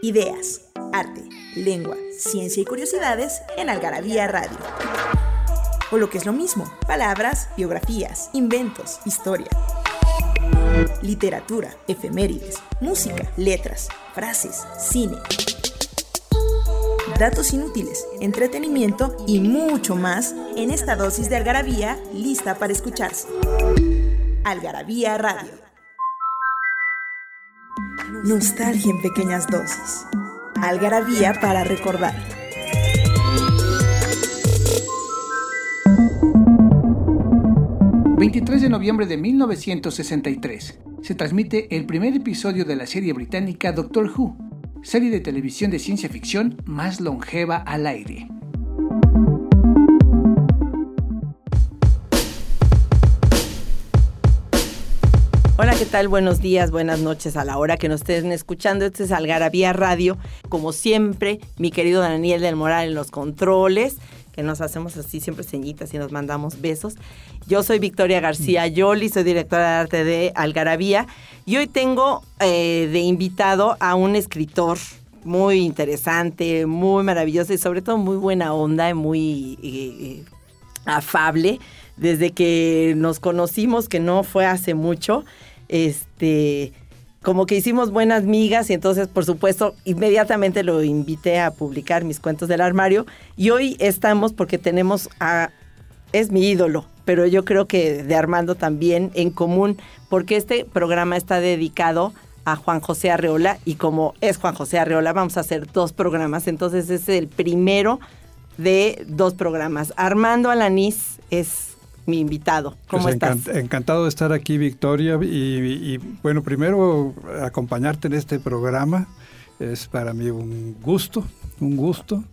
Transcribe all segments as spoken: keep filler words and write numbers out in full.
Ideas, arte, lengua, ciencia y curiosidades en Algarabía Radio. O lo que es lo mismo, palabras, biografías, inventos, historia, literatura, efemérides, música, letras, frases, cine, datos inútiles, entretenimiento y mucho más en esta dosis de algarabía lista para escucharse. Algarabía Radio. Nostalgia en pequeñas dosis. Algarabía para recordar. veintitrés de noviembre de mil novecientos sesenta y tres. Se transmite el primer episodio de la serie británica Doctor Who, serie de televisión de ciencia ficción más longeva al aire. Hola, ¿qué tal? Buenos días, buenas noches a la hora que nos estén escuchando. Este es Algarabía Radio. Como siempre, mi querido Daniel del Moral en los controles, que nos hacemos así siempre ceñitas y nos mandamos besos. Yo soy Victoria García Yoli, soy directora de arte de Algarabía y hoy tengo eh, de invitado a un escritor muy interesante, muy maravilloso y sobre todo muy buena onda y muy eh, afable. Desde que nos conocimos, que no fue hace mucho, este, como que hicimos buenas migas y entonces, por supuesto, inmediatamente lo invité a publicar mis cuentos del armario y hoy estamos porque tenemos a, es mi ídolo, pero yo creo que de Armando también en común, porque este programa está dedicado a Juan José Arreola y como es Juan José Arreola vamos a hacer dos programas, entonces es el primero de dos programas. Armando Alanís es mi invitado. ¿Cómo pues estás? Encant- encantado de estar aquí, Victoria, y, y, y bueno, primero acompañarte en este programa es para mí un gusto, un gusto,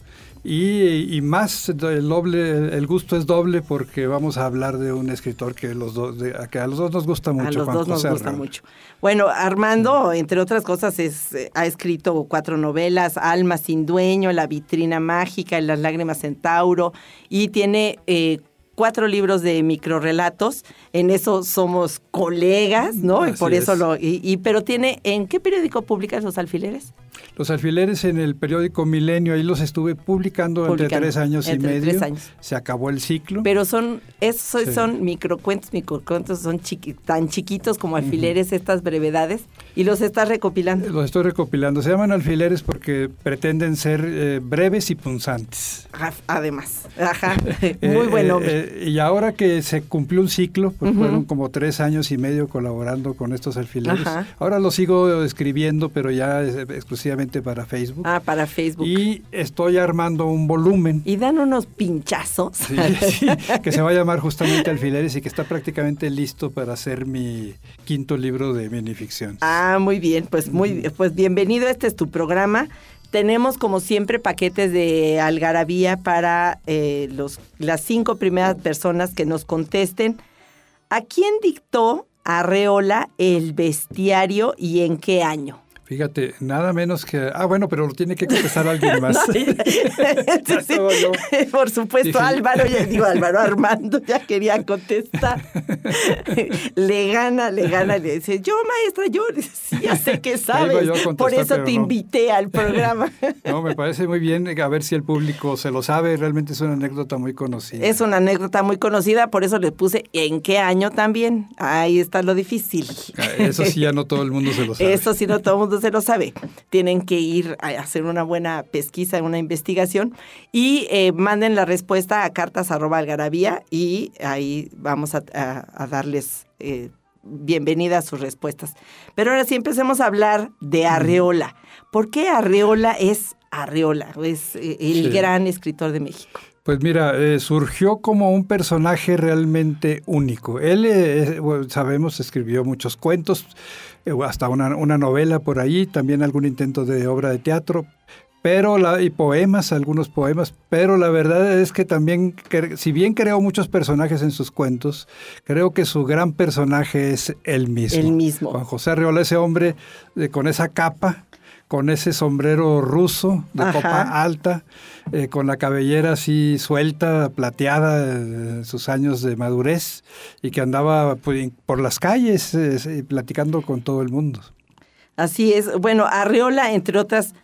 y, y más el doble, el gusto es doble porque vamos a hablar de un escritor que los dos, de, que a los dos nos gusta mucho. A los Juan dos José nos gusta Arreola. mucho. Bueno, Armando, entre otras cosas, es, ha escrito cuatro novelas, Alma sin dueño, La vitrina mágica, Las lágrimas centauro, y tiene eh, cuatro libros de microrrelatos. En eso somos colegas, ¿no? Así y por eso es. lo. Y, y pero tiene, ¿en qué periódico publicas Los Alfileres? Los Alfileres en el periódico Milenio, ahí los estuve publicando, Publicando, entre tres años entre y medio. tres años. Se acabó el ciclo. Pero son, esos Sí. son microcuentos, microcuentos, son chiqui, tan chiquitos como alfileres, uh-huh. Estas brevedades, y los estás recopilando. Los estoy recopilando. Se llaman alfileres porque pretenden ser eh, breves y punzantes. Además, ajá, muy buen nombre. Eh, eh, y ahora que se cumplió un ciclo, pues uh-huh. fueron como tres años y medio colaborando con estos alfileres. Ajá. Ahora los sigo escribiendo, pero ya es, exclusivamente para Facebook. Ah, para Facebook. Y estoy armando un volumen. Y dan unos pinchazos. Sí, sí, que se va a llamar justamente Alfileres y que está prácticamente listo para hacer mi quinto libro de minificción. Ah, muy bien, pues muy, pues bienvenido, este es tu programa. Tenemos como siempre paquetes de algarabía para eh, los, las cinco primeras personas que nos contesten. ¿A quién dictó Arreola el bestiario y en qué año? Fíjate, nada menos que... Ah, bueno, pero lo tiene que contestar alguien más. No, sí, sí, por supuesto, dije, Álvaro, ya digo, Álvaro Armando ya quería contestar. Le gana, le gana, le dice, yo maestra, yo sí, ya sé que sabes, por eso te no. invité al programa. No, me parece muy bien, a ver si el público se lo sabe, realmente es una anécdota muy conocida. Es una anécdota muy conocida, por eso le puse en qué año también, ahí está lo difícil. Eso sí, ya no todo el mundo se lo sabe. Eso sí, no todo el mundo se lo sabe. Tienen que ir a hacer una buena pesquisa, una investigación y eh, manden la respuesta a cartas arroba algarabía y ahí vamos a, a, a darles eh, bienvenida a sus respuestas. Pero ahora sí empecemos a hablar de Arreola. ¿Por qué Arreola es Arreola? Es eh, el sí. gran escritor de México. Pues mira, eh, surgió como un personaje realmente único. Él, eh, sabemos, escribió muchos cuentos, eh, hasta una, una novela por ahí, también algún intento de obra de teatro, pero la, y poemas, algunos poemas, pero la verdad es que también, que, si bien creó muchos personajes en sus cuentos, creo que su gran personaje es él mismo. El mismo. Juan José Arreola, ese hombre eh, con esa capa, con ese sombrero ruso de Ajá. copa alta, eh, con la cabellera así suelta, plateada, en sus años de madurez, y que andaba pues, por las calles eh, platicando con todo el mundo. Así es. Bueno, Arreola, entre otras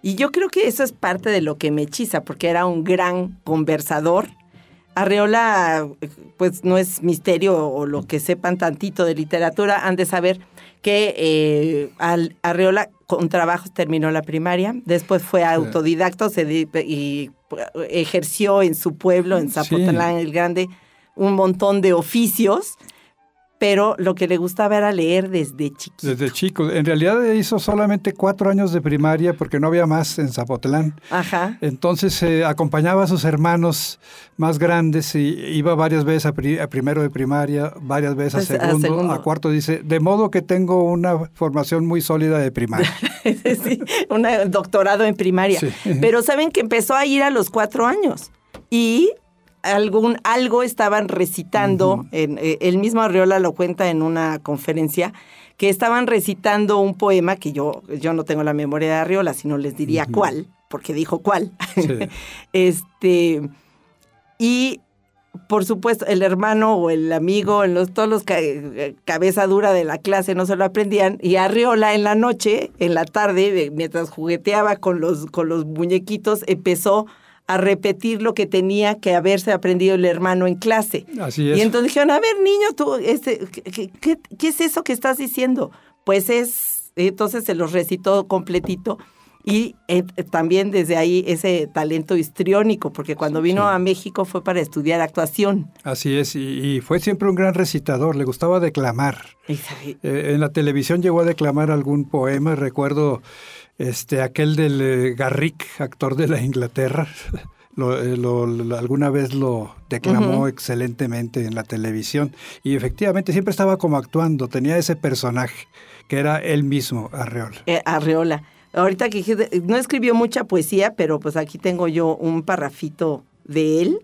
Y yo creo que eso es parte de lo que me hechiza, porque era un gran conversador. Arreola, pues no es misterio, o lo que sepan tantito de literatura, han de saber que eh, al, Arreola con trabajos terminó la primaria, después fue autodidacto se di, y ejerció en su pueblo, en Zapotlán sí. el Grande, un montón de oficios, pero lo que le gustaba era leer desde chiquito. Desde chico. En realidad hizo solamente cuatro años de primaria porque no había más en Zapotlán. Ajá. Entonces eh, acompañaba a sus hermanos más grandes y iba varias veces a, pri- a primero de primaria, varias veces pues, a, segundo, a segundo, a cuarto. Dice, de modo que tengo una formación muy sólida de primaria. Sí, un doctorado en primaria. Sí. Pero saben que empezó a ir a los cuatro años y... Algún, algo estaban recitando, uh-huh. en, eh, el mismo Arreola lo cuenta en una conferencia, que estaban recitando un poema que yo, yo no tengo la memoria de Arreola, sino les diría uh-huh. cuál, porque dijo cuál. Sí. este Y, por supuesto, el hermano o el amigo, los, todos los ca- cabeza dura de la clase no se lo aprendían, y Arreola en la noche, en la tarde, mientras jugueteaba con los, con los muñequitos, empezó a repetir lo que tenía que haberse aprendido el hermano en clase. Así es. Y entonces dijeron, a ver, niño, tú, este, ¿qué, qué, qué es eso que estás diciendo? Pues es, entonces se los recitó completito. Y eh, también desde ahí ese talento histriónico, porque cuando vino sí. a México fue para estudiar actuación. Así es, y, y fue siempre un gran recitador, le gustaba declamar. Eh, en la televisión llegó a declamar algún poema, recuerdo... Este, aquel del eh, Garrick, actor de la Inglaterra, lo, eh, lo, lo, alguna vez lo declamó uh-huh. excelentemente en la televisión. Y efectivamente siempre estaba como actuando, tenía ese personaje, que era él mismo, Arreola. Eh, Arreola. Ahorita que dije, no escribió mucha poesía, pero pues aquí tengo yo un parrafito de él,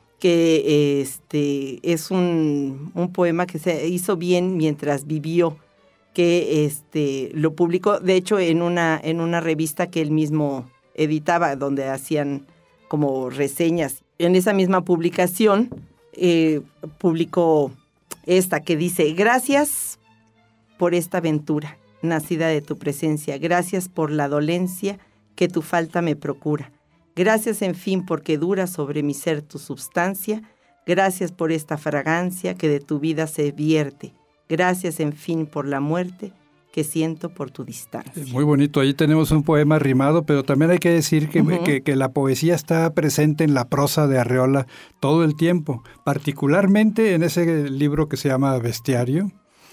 que este, es un, un poema que se hizo bien mientras vivió, que este lo publicó, de hecho, en una, en una revista que él mismo editaba, donde hacían como reseñas. En esa misma publicación eh, publicó esta que dice, gracias por esta aventura, nacida de tu presencia, gracias por la dolencia que tu falta me procura, gracias en fin porque dura sobre mi ser tu substancia, gracias por esta fragancia que de tu vida se vierte, gracias, en fin, por la muerte que siento por tu distancia. Muy bonito. Ahí tenemos un poema rimado, pero también hay que decir que, uh-huh. que, que la poesía está presente en la prosa de Arreola todo el tiempo, particularmente en ese libro que se llama Bestiario,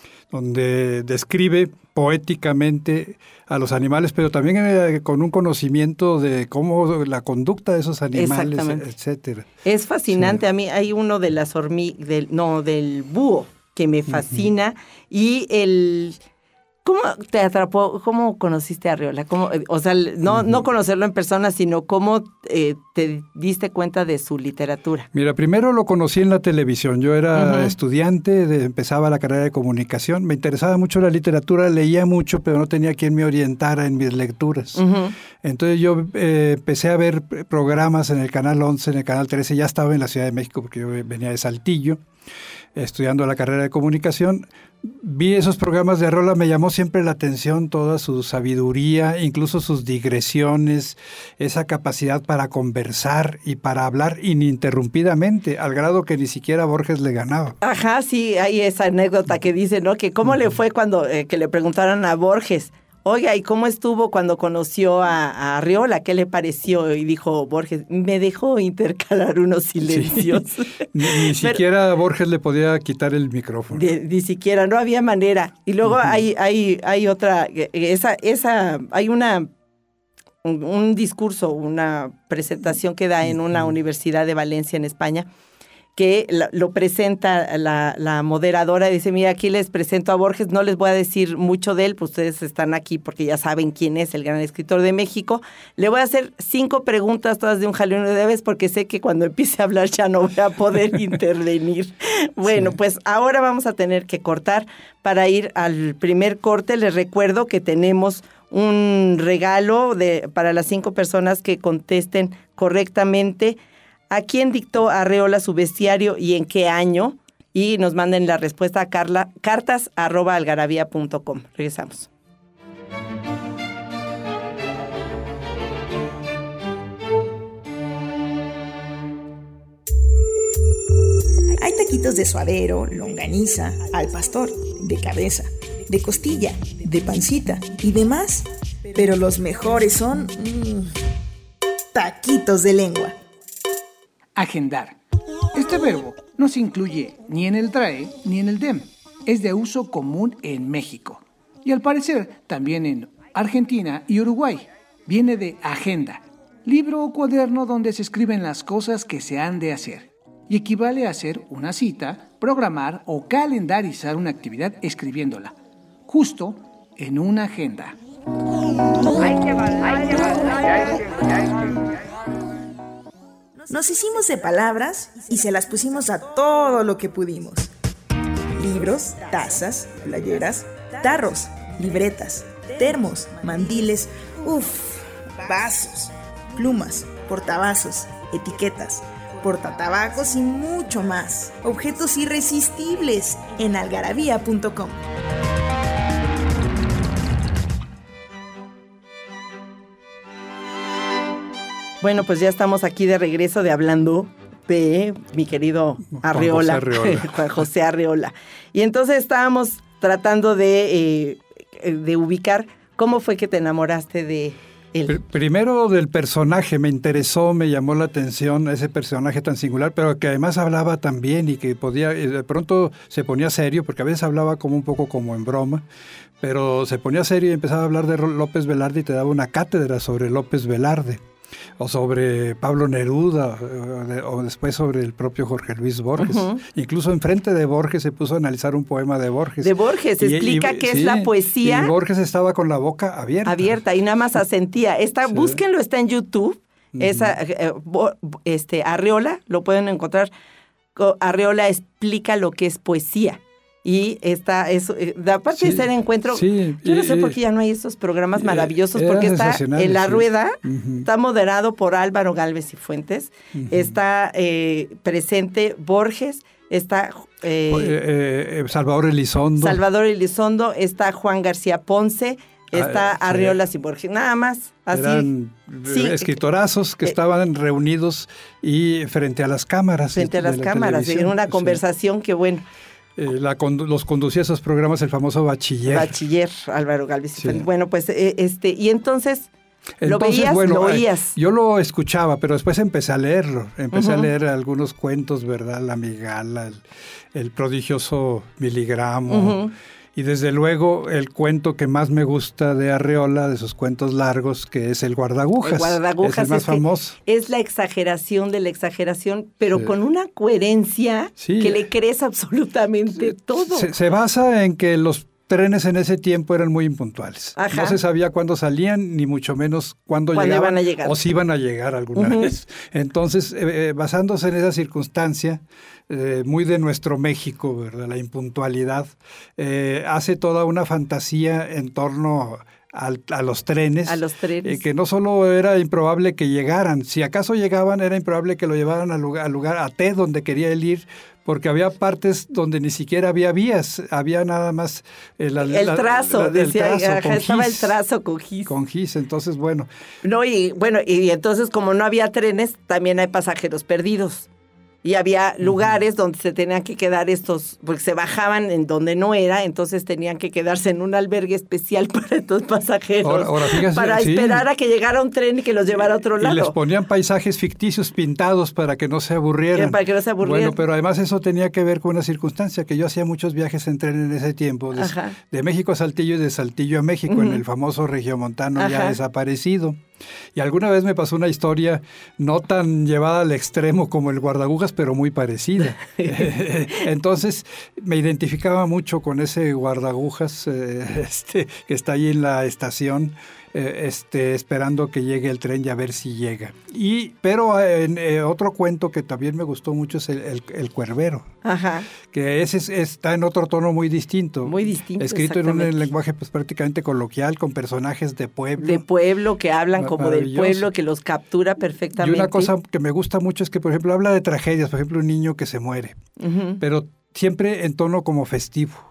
donde describe poéticamente a los animales, pero también eh, con un conocimiento de cómo la conducta de esos animales, etcétera. Es fascinante. Sí. A mí hay uno de las hormigas, del, no, del búho, que me fascina, uh-huh. y el... ¿Cómo te atrapó? ¿Cómo conociste a Arreola? ¿Cómo, o sea, no, uh-huh. no conocerlo en persona, sino cómo eh, te diste cuenta de su literatura. Mira, primero lo conocí en la televisión. Yo era uh-huh. estudiante, de, empezaba la carrera de comunicación. Me interesaba mucho la literatura, leía mucho, pero no tenía quien me orientara en mis lecturas. Uh-huh. Entonces yo eh, empecé a ver programas en el Canal once, en el Canal trece. Ya estaba en la Ciudad de México porque yo venía de Saltillo, estudiando la carrera de comunicación. Vi esos programas de Arreola, me llamó siempre la atención toda su sabiduría, incluso sus digresiones, esa capacidad para conversar y para hablar ininterrumpidamente, al grado que ni siquiera Borges le ganaba. Ajá, sí, hay esa anécdota que dice, ¿no? Que cómo uh-huh. le fue cuando eh, que le preguntaron a Borges, oiga, ¿y cómo estuvo cuando conoció a, a Arreola? ¿Qué le pareció? Y dijo Borges, me dejó intercalar unos silencios. Sí. Ni, ni siquiera Pero, Borges le podía quitar el micrófono. De, ni siquiera, no había manera. Y luego uh-huh. hay, hay, hay otra, esa, esa, hay una, un, un discurso, una presentación que da en una uh-huh. universidad de Valencia, en España, que lo presenta la, la moderadora, dice, mira, aquí les presento a Borges, no les voy a decir mucho de él, pues ustedes están aquí porque ya saben quién es el gran escritor de México. Le voy a hacer cinco preguntas, todas de un jalón de vez, porque sé que cuando empiece a hablar ya no voy a poder intervenir. Bueno, sí. Pues ahora vamos a tener que cortar para ir al primer corte. Les recuerdo que tenemos un regalo de, para las cinco personas que contesten correctamente ¿a quién dictó Arreola su bestiario y en qué año? Y nos manden la respuesta a carla, cartas arroba algarabía punto com. Regresamos. taquitos de suadero, longaniza, al pastor, de cabeza, de costilla, de pancita y demás. Pero los mejores son mmm, taquitos de lengua. Agendar. Este verbo no se incluye ni en el D R A E ni en el D E M. Es de uso común en México y al parecer también en Argentina y Uruguay. Viene de agenda, libro o cuaderno donde se escriben las cosas que se han de hacer y equivale a hacer una cita, programar o calendarizar una actividad escribiéndola, justo en una agenda. Nos hicimos de palabras y se las pusimos a todo lo que pudimos. Libros, tazas, playeras, tarros, libretas, termos, mandiles, uff, vasos, plumas, portavasos, etiquetas, portatabacos y mucho más. Objetos irresistibles en algarabía punto com. Bueno, pues ya estamos aquí de regreso de hablando de mi querido Arreola, Juan José Arreola. Juan José Arreola. Y entonces estábamos tratando de, eh, de ubicar cómo fue que te enamoraste de él. Pr- Primero del personaje, me interesó, me llamó la atención ese personaje tan singular, pero que además hablaba tan bien y que podía, y de pronto se ponía serio, porque a veces hablaba como un poco como en broma, pero se ponía serio y empezaba a hablar de López Velarde y te daba una cátedra sobre López Velarde. O sobre Pablo Neruda, o, de, o después sobre el propio Jorge Luis Borges. Uh-huh. Incluso enfrente de Borges se puso a analizar un poema de Borges. De Borges, y, explica y, qué sí, es la poesía. Y Borges estaba con la boca abierta. Abierta, y nada más asentía. Está, sí. Búsquenlo, está en YouTube. Uh-huh. Esa, eh, este, Arreola, lo pueden encontrar. Arreola explica lo que es poesía. Y esta, eso, aparte sí, de ser encuentro, sí, yo no sé y, por qué ya no hay esos programas maravillosos, porque está en La Rueda, sí. uh-huh. Está moderado por Álvaro Gálvez y Fuentes, uh-huh. Está eh, presente Borges, está eh, eh, eh, Salvador Elizondo. Salvador Elizondo, está Juan García Ponce, está ah, Arreola sí. y Borges, nada más. Así. Eran sí. escritorazos que eh, estaban reunidos y frente a las cámaras. Frente a las cámaras, en una conversación sí. que bueno. Eh, la, los conducía esos programas el famoso Bachiller. Bachiller, Álvaro Gálvez. Sí. Bueno, pues, eh, este, y entonces, entonces ¿lo veías? Bueno, ¿Lo oías? Eh, yo lo escuchaba, pero después empecé a leerlo. Empecé uh-huh. a leer algunos cuentos, ¿verdad? La Migala, el, el prodigioso Miligramo. Uh-huh. Y desde luego el cuento que más me gusta de Arreola, de sus cuentos largos, que es El Guardagujas. El Guardagujas es el más es famoso. Es la exageración de la exageración, pero sí. con una coherencia sí. que le crees absolutamente se, todo. Se, se basa en que los trenes en ese tiempo eran muy impuntuales. Ajá. No se sabía cuándo salían, ni mucho menos cuándo, ¿Cuándo llegaban, iban a llegar? O si iban a llegar alguna uh-huh. vez. Entonces, eh, basándose en esa circunstancia, eh, muy de nuestro México, ¿verdad? La impuntualidad, eh, hace toda una fantasía en torno a, a los trenes. A los trenes. Eh, que no solo era improbable que llegaran, si acaso llegaban, era improbable que lo llevaran al lugar, al lugar a T, donde quería él ir, porque había partes donde ni siquiera había vías, había nada más eh, la, el la, trazo, la, la, decía, el trazo ajá, estaba el trazo con gis. Con gis, entonces bueno. No, y bueno, y entonces como no había trenes, también hay pasajeros perdidos. Y había lugares uh-huh. donde se tenían que quedar estos, porque se bajaban en donde no era, entonces tenían que quedarse en un albergue especial para estos pasajeros. Ahora, ahora fíjese, para sí. esperar a que llegara un tren y que los llevara a otro lado. Y les ponían paisajes ficticios pintados para que no se aburrieran. Para que no se aburrieran. Bueno, pero además eso tenía que ver con una circunstancia, que yo hacía muchos viajes en tren en ese tiempo, de, de México a Saltillo y de Saltillo a México, uh-huh. en el famoso regiomontano Ajá. ya desaparecido. Y alguna vez me pasó una historia no tan llevada al extremo como El Guardagujas, pero muy parecida. Entonces me identificaba mucho con ese guardagujas eh, este, que está ahí en la estación, eh, este, esperando que llegue el tren y a ver si llega. Y, pero en, eh, otro cuento que también me gustó mucho es El, el, el Cuervero, Ajá. que ese es, está en otro tono muy distinto. Muy distinto, escrito en un lenguaje pues, prácticamente coloquial, con personajes de pueblo. De pueblo, que hablan como del pueblo, que los captura perfectamente. Y una cosa que me gusta mucho es que, por ejemplo, habla de tragedias, por ejemplo, un niño que se muere, uh-huh. pero siempre en tono como festivo.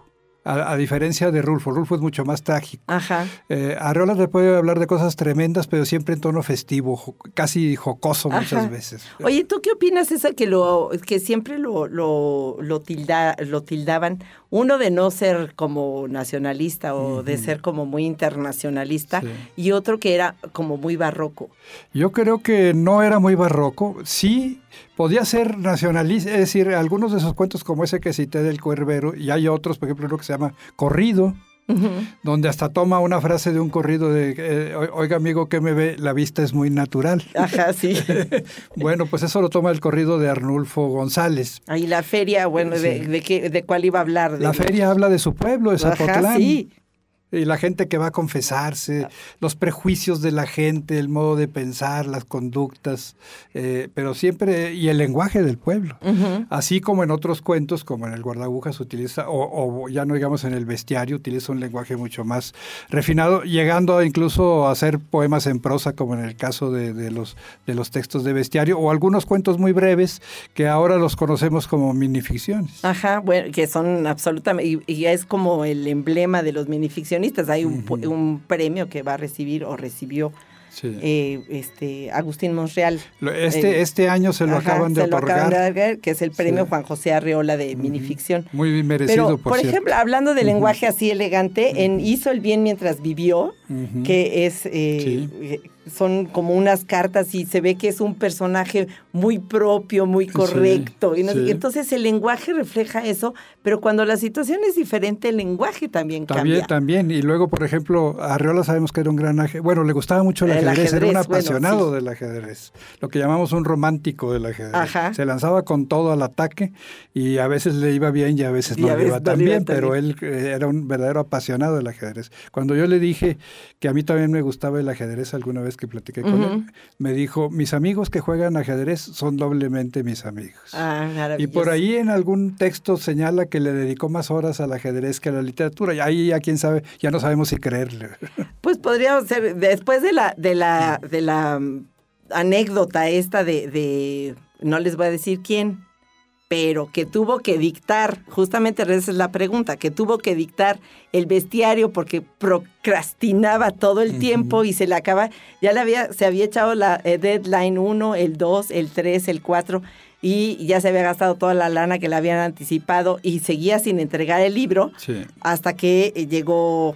A, a diferencia de Rulfo, Rulfo es mucho más trágico. Ajá. Eh, Arreola te puede hablar de cosas tremendas, pero siempre en tono festivo, jo, casi jocoso muchas Ajá. veces. Oye, ¿tú qué opinas esa que lo que siempre lo lo lo, tilda, lo tildaban? Uno de no ser como nacionalista o uh-huh. de ser como muy internacionalista, sí. y otro que era como muy barroco. Yo creo que no era muy barroco, sí podía ser nacionalista, es decir, algunos de esos cuentos como ese que cité del Cuervero, y hay otros, por ejemplo, uno que se llama Corrido, uh-huh. donde hasta toma una frase de un corrido de, eh, oiga amigo, ¿qué me ve? La vista es muy natural. Ajá, sí. Bueno, pues eso lo toma el corrido de Arnulfo González. Ahí la feria, bueno, sí. de, de, qué, ¿de cuál iba a hablar? De la feria habla de su pueblo, de Zapotlán. Ajá, sí. Y la gente que va a confesarse, los prejuicios de la gente, el modo de pensar, las conductas, eh, pero siempre, y el lenguaje del pueblo. Uh-huh. Así como en otros cuentos, como en el Guardagujas utiliza, o, o ya no digamos en el Bestiario, utiliza un lenguaje mucho más refinado, llegando incluso a hacer poemas en prosa, como en el caso de, de, los, de los textos de Bestiario, o algunos cuentos muy breves, que ahora los conocemos como minificciones. Ajá, bueno, que son absolutamente, y, y es como el emblema de los minificciones. Hay un, uh-huh. un premio que va a recibir o recibió sí. eh, este Agustín Monreal. Este, eh, este año se lo ajá, acaban de se otorgar. Lo acaban de dar, que es el premio sí. Juan José Arreola de uh-huh. minificción. Muy bien merecido, Pero, por, por cierto. ejemplo, hablando de uh-huh. lenguaje así elegante, uh-huh. en Hizo el bien mientras vivió, uh-huh. que es... Eh, sí. son como unas cartas y se ve que es un personaje muy propio, muy correcto. Sí, y no, sí. Entonces el lenguaje refleja eso, pero cuando la situación es diferente, el lenguaje también, también cambia. También, y luego, por ejemplo, Arreola sabemos que era un gran ajedrez, bueno, le gustaba mucho el, el ajedrez, ajedrez, era un apasionado bueno, sí. del ajedrez, lo que llamamos un romántico del ajedrez. Ajá. Se lanzaba con todo al ataque y a veces le iba bien y a veces no le iba tan bien, pero él era un verdadero apasionado del ajedrez. Cuando yo le dije que a mí también me gustaba el ajedrez alguna vez que platiqué con uh-huh. él, me dijo, mis amigos que juegan ajedrez son doblemente mis amigos. Ah, y por ahí en algún texto señala que le dedicó más horas al ajedrez que a la literatura, y ahí ya quién sabe, ya no sabemos si creerle. Pues podría ser, después de la, de la, de la um, anécdota esta de, de, no les voy a decir quién, pero que tuvo que dictar, justamente esa es la pregunta, que tuvo que dictar el Bestiario porque procrastinaba todo el uh-huh. tiempo y se le acaba, ya le había, se había echado la eh, deadline uno, el dos, el tres, el cuatro y ya se había gastado toda la lana que le habían anticipado y seguía sin entregar el libro sí. hasta que llegó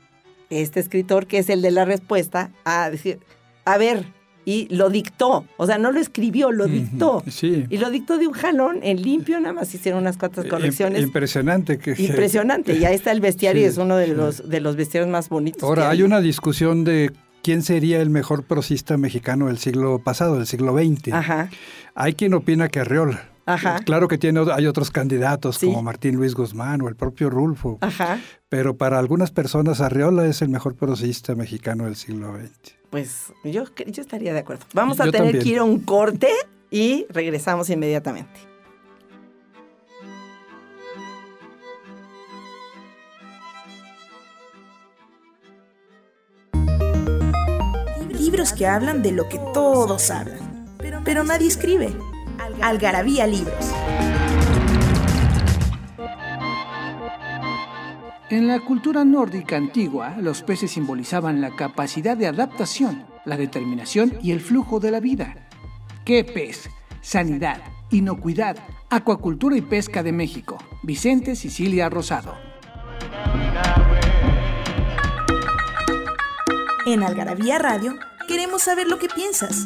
este escritor, que es el de la respuesta, a decir, a ver, y lo dictó, o sea, no lo escribió, lo dictó. Sí. Y lo dictó de un jalón en limpio, nada más hicieron unas cuantas correcciones. Impresionante. Que, Impresionante, y ahí está el Bestiario, sí, es uno de sí. los de los bestiarios más bonitos. Ahora, hay. hay una discusión de quién sería el mejor prosista mexicano del siglo pasado, del siglo veinte. Ajá. Hay quien opina que Arreola. Ajá. Claro que tiene, hay otros candidatos sí. como Martín Luis Guzmán o el propio Rulfo. Ajá. Pero para algunas personas Arreola es el mejor prosista mexicano del siglo veinte. Pues yo, yo estaría de acuerdo. Vamos a yo tener también. que ir a un corte y regresamos inmediatamente. Libros que hablan de lo que todos hablan, pero nadie escribe. Algarabía Libros. En la cultura nórdica antigua, los peces simbolizaban la capacidad de adaptación, la determinación y el flujo de la vida. ¿Qué pez? Sanidad, inocuidad, acuacultura y pesca de México. Vicente Sicilia Rosado. En Algarabía Radio queremos saber lo que piensas.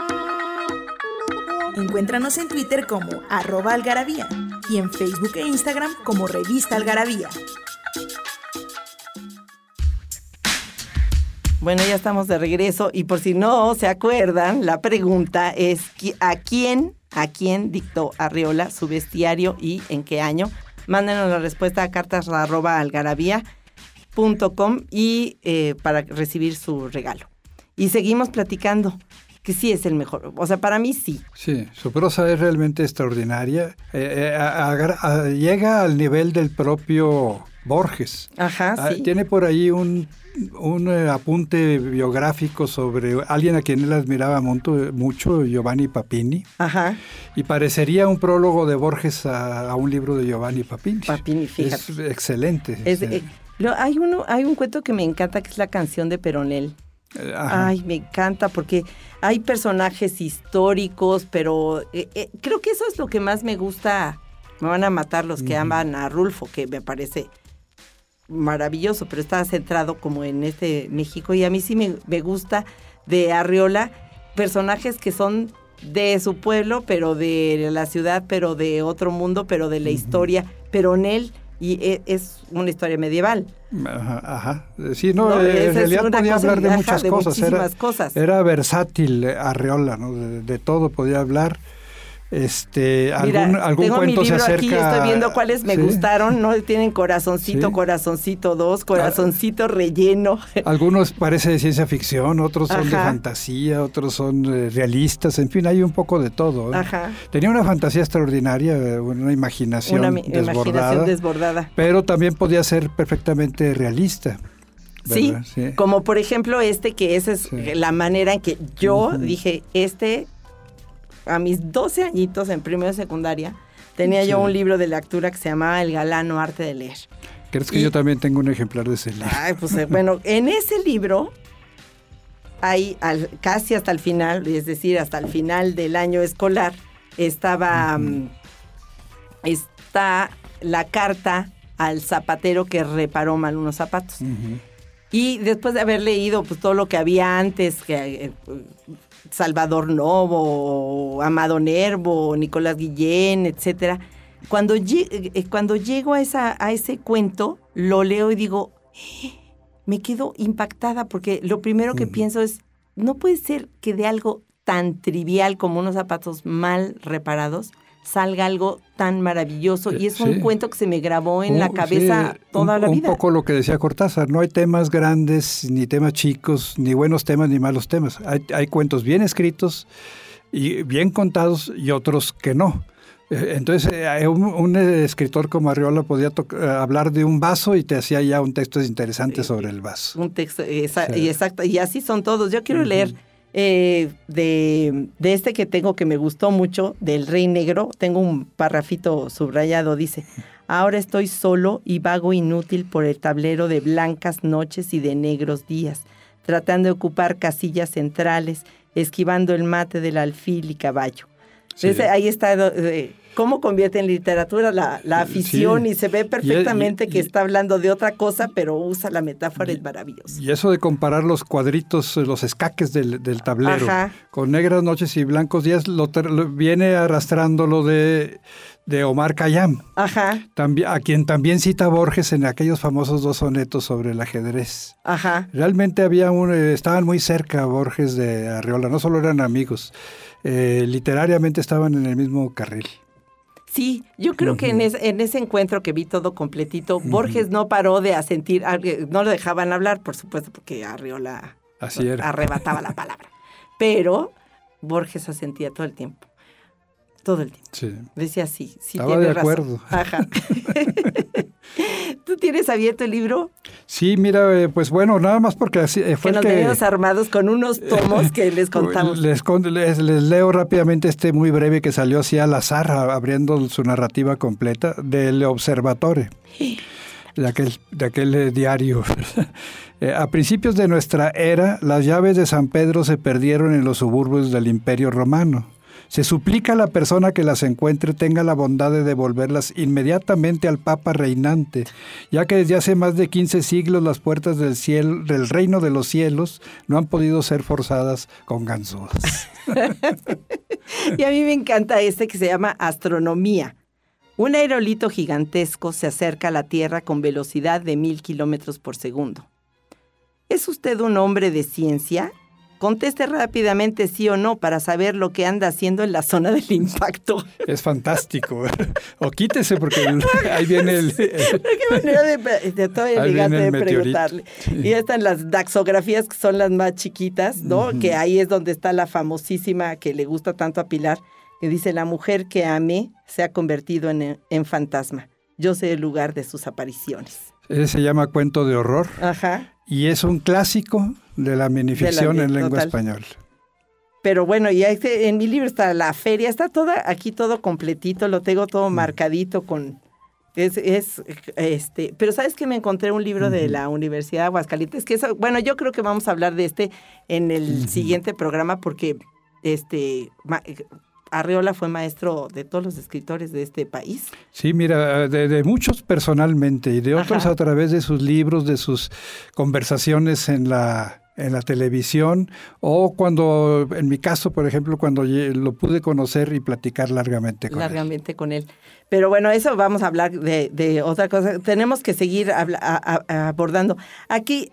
Encuéntranos en Twitter como arroba algarabía y en Facebook e Instagram como Revista Algarabía. Bueno, ya estamos de regreso y por si no se acuerdan, la pregunta es ¿a quién, a quién dictó Arreola su Bestiario y en qué año? Mándenos la respuesta a cartas arroba algarabía punto com y eh, para recibir su regalo. Y seguimos platicando, que sí es el mejor, o sea, para mí sí. Sí, su prosa es realmente extraordinaria, eh, eh, a, a, a, llega al nivel del propio Borges. Ajá, Ah, sí. tiene por ahí un, un eh, apunte biográfico sobre alguien a quien él admiraba mucho, mucho, Giovanni Papini. Ajá. Y parecería un prólogo de Borges a, a un libro de Giovanni Papini. Papini, fíjate. Es excelente. Es, Sí. eh, lo- hay, uno, hay un cuento que me encanta, que es la canción de Peronel. Eh, ajá. Ay, me encanta porque hay personajes históricos, pero eh, eh, creo que eso es lo que más me gusta. Me van a matar los que Ujú. aman a Rulfo, que me parece maravilloso, pero está centrado como en este México. Y a mí sí me, me gusta de Arriola personajes que son de su pueblo, pero de la ciudad, pero de otro mundo, pero de la Ujú. historia. Peronel, y e- es una historia medieval. Ajá, ajá. Sí, no, No, eh, esa en es realidad una podía cosa, hablar de ajá, muchas de cosas. Era, muchísimas cosas. era versátil eh, Arreola, ¿no? De, de todo podía hablar. Este, Mira, algún, algún tengo mi cuento se libro acerca. aquí, estoy viendo cuáles me Sí. gustaron, ¿no? Tienen corazoncito, Sí. corazoncito dos, corazoncito relleno. Algunos parece de ciencia ficción, otros son de Ajá. fantasía, otros son eh, realistas, en fin, hay un poco de todo. ¿eh? Ajá. Tenía una fantasía extraordinaria, eh, una imaginación Una mi- desbordada, imaginación desbordada. pero también podía ser perfectamente realista. Sí, ¿verdad? Sí. como por ejemplo este, que esa es Sí. la manera en que yo Ujú. dije, este, a mis doce añitos en primero de secundaria, tenía Sí. yo un libro de lectura que se llamaba El galano arte de leer. ¿Crees que y- yo también tengo un ejemplar de ese libro? Ay, pues eh, bueno, en ese libro, hay al- casi hasta el final, es decir, hasta el final del año escolar, estaba, mm, está la carta al zapatero que reparó mal unos zapatos. Ujú. Y después de haber leído pues todo lo que había antes, que eh, Salvador Novo, Amado Nervo, Nicolás Guillén, etcétera, cuando, lle- eh, cuando llego a, esa, a ese cuento, lo leo y digo, "Eh", me quedo impactada porque lo primero que Ujú. pienso es, no puede ser que de algo tan trivial como unos zapatos mal reparados salga algo tan maravilloso. Y es un Sí. cuento que se me grabó en la Un- cabeza sí, toda un, la un vida. poco lo que decía Cortázar, no hay temas grandes, ni temas chicos, ni buenos temas, ni malos temas. Hay, hay cuentos bien escritos y bien contados y otros que no. Eh, Entonces, eh, un, un escritor como Arriola podía to- eh, hablar de un vaso y te hacía ya un texto interesante sobre el vaso. Un texto, esa- Sí. y exacto, y así son todos. Yo quiero Ujú. leer eh, de, de este que tengo que me gustó mucho, del Rey Negro, tengo un parrafito subrayado, dice, ahora estoy solo y vago inútil por el tablero de blancas noches y de negros días, tratando de ocupar casillas centrales, esquivando el mate del alfil y caballo. Sí. Ese- ahí está eh, cómo convierte en literatura la, la afición Sí. y se ve perfectamente Y- y- que está hablando de otra cosa, pero usa la metáfora, es maravilloso. Y eso de comparar los cuadritos, eh, los escaques del, del tablero Ajá. con negras noches y blancos días, lo, ter- lo- viene arrastrando lo de, de Omar Khayyam, Ajá, también, a quien también cita Borges en aquellos famosos dos sonetos sobre el ajedrez. ajá. Realmente había un, eh, estaban muy cerca Borges de Arriola, no solo eran amigos, eh, literariamente estaban en el mismo carril. Sí, yo creo que en, es- en ese encuentro que vi todo completito, Borges no paró de asentir, a- no lo dejaban hablar, por supuesto, porque Arriola Así era. arrebataba la palabra. Pero Borges asentía todo el tiempo, todo el tiempo. Sí. Decía sí, sí Estaba tiene de razón. acuerdo. Ajá. ¿Tú tienes abierto el libro? Sí, mira, eh, pues bueno, nada más porque así eh, fue Que el nos que... venimos armados con unos tomos que les contamos. Les, con- les- les leo rápidamente este muy breve que salió así al azar, a- abriendo su narrativa completa, del Observatore, de aquel, de aquel eh, diario. Eh, a principios de nuestra era, las llaves de San Pedro se perdieron en los suburbios del Imperio Romano. Se suplica a la persona que las encuentre tenga la bondad de devolverlas inmediatamente al Papa reinante, ya que desde hace más de quince siglos las puertas del cielo, del reino de los cielos no han podido ser forzadas con ganzúas. Y a mí me encanta este que se llama Astronomía. Un aerolito gigantesco se acerca a la Tierra con velocidad de mil kilómetros por segundo. ¿Es usted un hombre de ciencia? Conteste rápidamente sí o no para saber lo que anda haciendo en la zona del impacto. Es fantástico. O quítese porque el- ahí viene el... el- Qué manera de, de todo Ahí elegante viene el de meteorito. preguntarle. Y ya están las daxografías, que son las más chiquitas, ¿no? Ujú. Que ahí es donde está la famosísima que le gusta tanto a Pilar, que dice, la mujer que amé se ha convertido en, en fantasma. Yo sé el lugar de sus apariciones. Ese se llama Cuento de Horror. Ajá. Y es un clásico de la minificción de la, en lengua total. española. Pero bueno, y ahí en mi libro está la feria, está toda aquí todo completito, lo tengo todo mm. marcadito con... Es, es, este, pero ¿sabes que me encontré un libro uh-huh. de la Universidad de Aguascalientes? Que eso, bueno, yo creo que vamos a hablar de este en el uh-huh. siguiente programa porque este ma, Arreola fue maestro de todos los escritores de este país. Sí, mira, de, de muchos personalmente y de otros Ajá. a través de sus libros, de sus conversaciones en la... en la televisión o cuando, en mi caso, por ejemplo, cuando lo pude conocer y platicar largamente con largamente él. con él. Pero bueno, eso vamos a hablar de, de otra cosa. Tenemos que seguir habla, a, a, abordando. Aquí,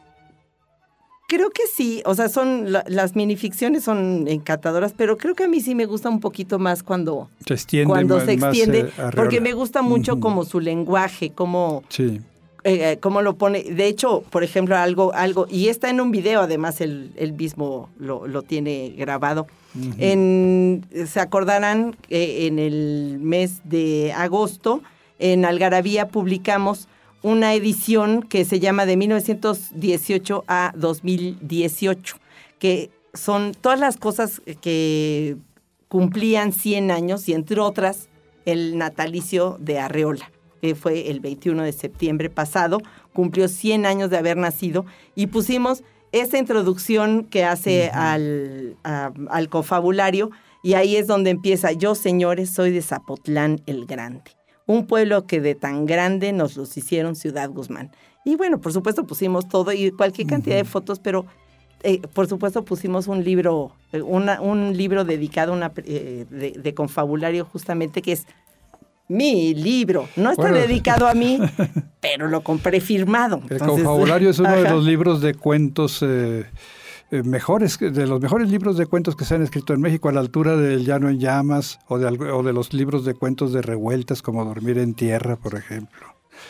creo que sí, o sea, son la, las minificciones son encantadoras, pero creo que a mí sí me gusta un poquito más cuando se extiende, cuando más, se extiende, más, eh, porque me gusta mucho uh-huh. como su lenguaje, como... Sí. Eh, cómo lo pone, de hecho, por ejemplo, algo, algo, y está en un video, además él, él mismo lo, lo tiene grabado. Uh-huh. En, se acordarán que en el mes de agosto, en Algarabía publicamos una edición que se llama de mil novecientos dieciocho a dos mil dieciocho, que son todas las cosas que cumplían cien años, y entre otras, el natalicio de Arreola, que fue el veintiuno de septiembre pasado, cumplió cien años de haber nacido, y pusimos esa introducción que hace uh-huh. al, a, al confabulario, y ahí es donde empieza: yo, señores, soy de Zapotlán el Grande, un pueblo que de tan grande nos los hicieron Ciudad Guzmán. Y bueno, por supuesto pusimos todo y cualquier cantidad uh-huh. de fotos, pero eh, por supuesto pusimos un libro, una, un libro dedicado a una, eh, de, de confabulario justamente, que es mi libro. No está bueno. dedicado a mí, pero lo compré firmado. El Entonces, confabulario es uno ajá. de los libros de cuentos eh, eh, mejores, de los mejores libros de cuentos que se han escrito en México, a la altura del Llano en Llamas o de, o de los libros de cuentos de revueltas como Dormir en Tierra, por ejemplo.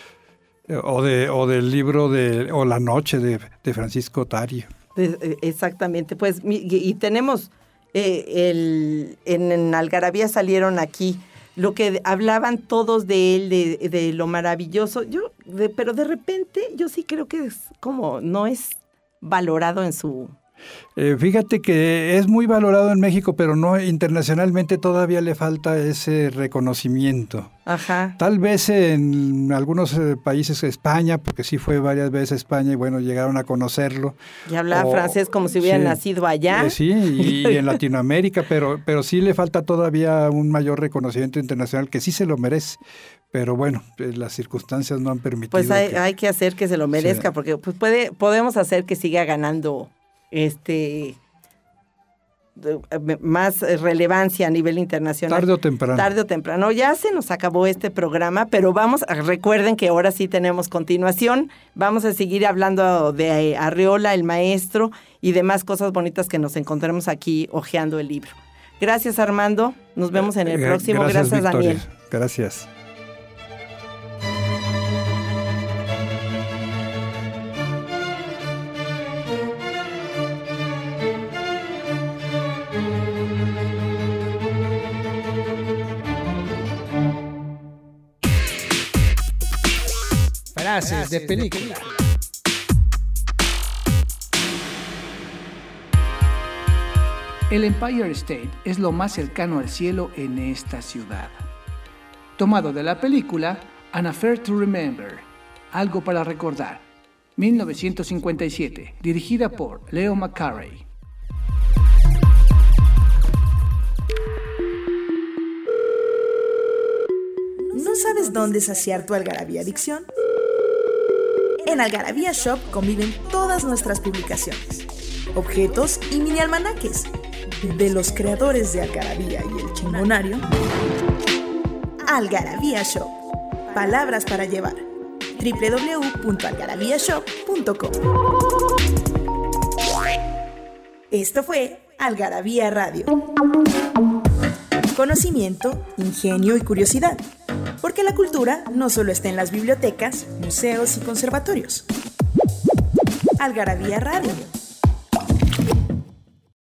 O, de, o del libro de O la Noche de, de Francisco Tario. Exactamente. Pues y, y tenemos eh, el, en, en Algarabía salieron aquí lo que hablaban todos de él, de, de lo maravilloso. Yo, de, pero de repente, yo sí creo que es como no es valorado en su... Eh, fíjate que es muy valorado en México, pero no internacionalmente todavía le falta ese reconocimiento. Ajá. Tal vez en algunos eh, países, España, porque sí fue varias veces a España y bueno, llegaron a conocerlo. Y hablaba o, francés como si hubiera sí, nacido allá. Eh, sí, y, y en Latinoamérica, pero, pero sí le falta todavía un mayor reconocimiento internacional que sí se lo merece. Pero bueno, las circunstancias no han permitido. Pues hay que, hay que hacer que se lo merezca, sí. porque pues puede podemos hacer que siga ganando este más relevancia a nivel internacional. Tarde o temprano. Tarde o temprano. Ya se nos acabó este programa, pero vamos, recuerden que ahora sí tenemos continuación. Vamos a seguir hablando de Arreola, el maestro, y demás cosas bonitas que nos encontramos aquí hojeando el libro. Gracias, Armando. Nos vemos en el próximo. Gracias, Gracias Victoria. Daniel. Gracias. Frases de película. El Empire State es lo más cercano al cielo en esta ciudad. Tomado de la película An Affair to Remember, Algo para recordar, mil novecientos cincuenta y siete, dirigida por Leo McCarey. ¿No sabes dónde saciar tu algarabía adicción? En Algarabía Shop conviven todas nuestras publicaciones, objetos y mini almanaques de los creadores de Algarabía y el Chingonario. Algarabía Shop, palabras para llevar. doble u doble u doble u punto algarabía shop punto com. Esto fue Algarabía Radio. Conocimiento, ingenio y curiosidad. Porque la cultura no solo está en las bibliotecas, museos y conservatorios. Algarabía Radio.